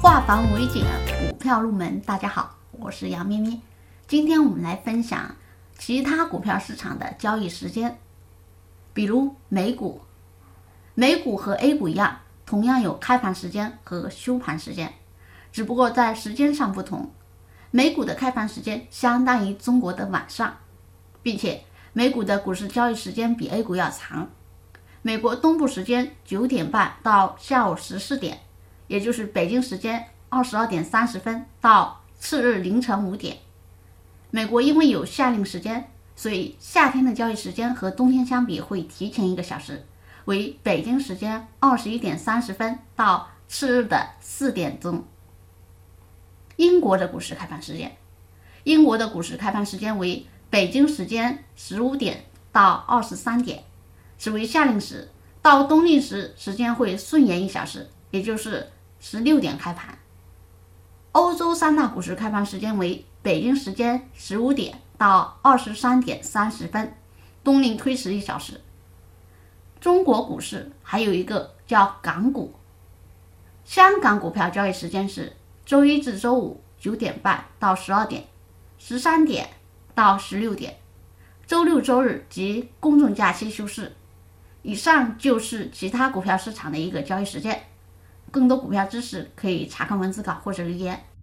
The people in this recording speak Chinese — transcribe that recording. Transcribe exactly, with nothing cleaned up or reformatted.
化繁为简，股票入门。大家好，我是杨咪咪。今天我们来分享其他股票市场的交易时间。比如美股，美股和 A 股一样，同样有开盘时间和休盘时间，只不过在时间上不同。美股的开盘时间相当于中国的晚上，并且美股的股市交易时间比 A 股要长。美国东部时间九点半到下午十四点，也就是北京时间二十二点三十分到次日凌晨五点。美国因为有夏令时间，所以夏天的交易时间和冬天相比会提前一个小时，为北京时间二十一点三十分到次日的四点钟。英国的股市开盘时间，英国的股市开盘时间为北京时间十五点到二十三点，是为夏令时，到冬令时时间会顺延一小时，也就是十六点开盘。欧洲三大股市开盘时间为北京时间十五点到二十三点三十分，冬令推迟一小时。中国股市还有一个叫港股，香港股票交易时间是周一至周五九点半到十二点，十三点到十六点，周六周日及公众假期休市。以上就是其他股票市场的一个交易时间。更多股票知识可以查看文字稿或者留言。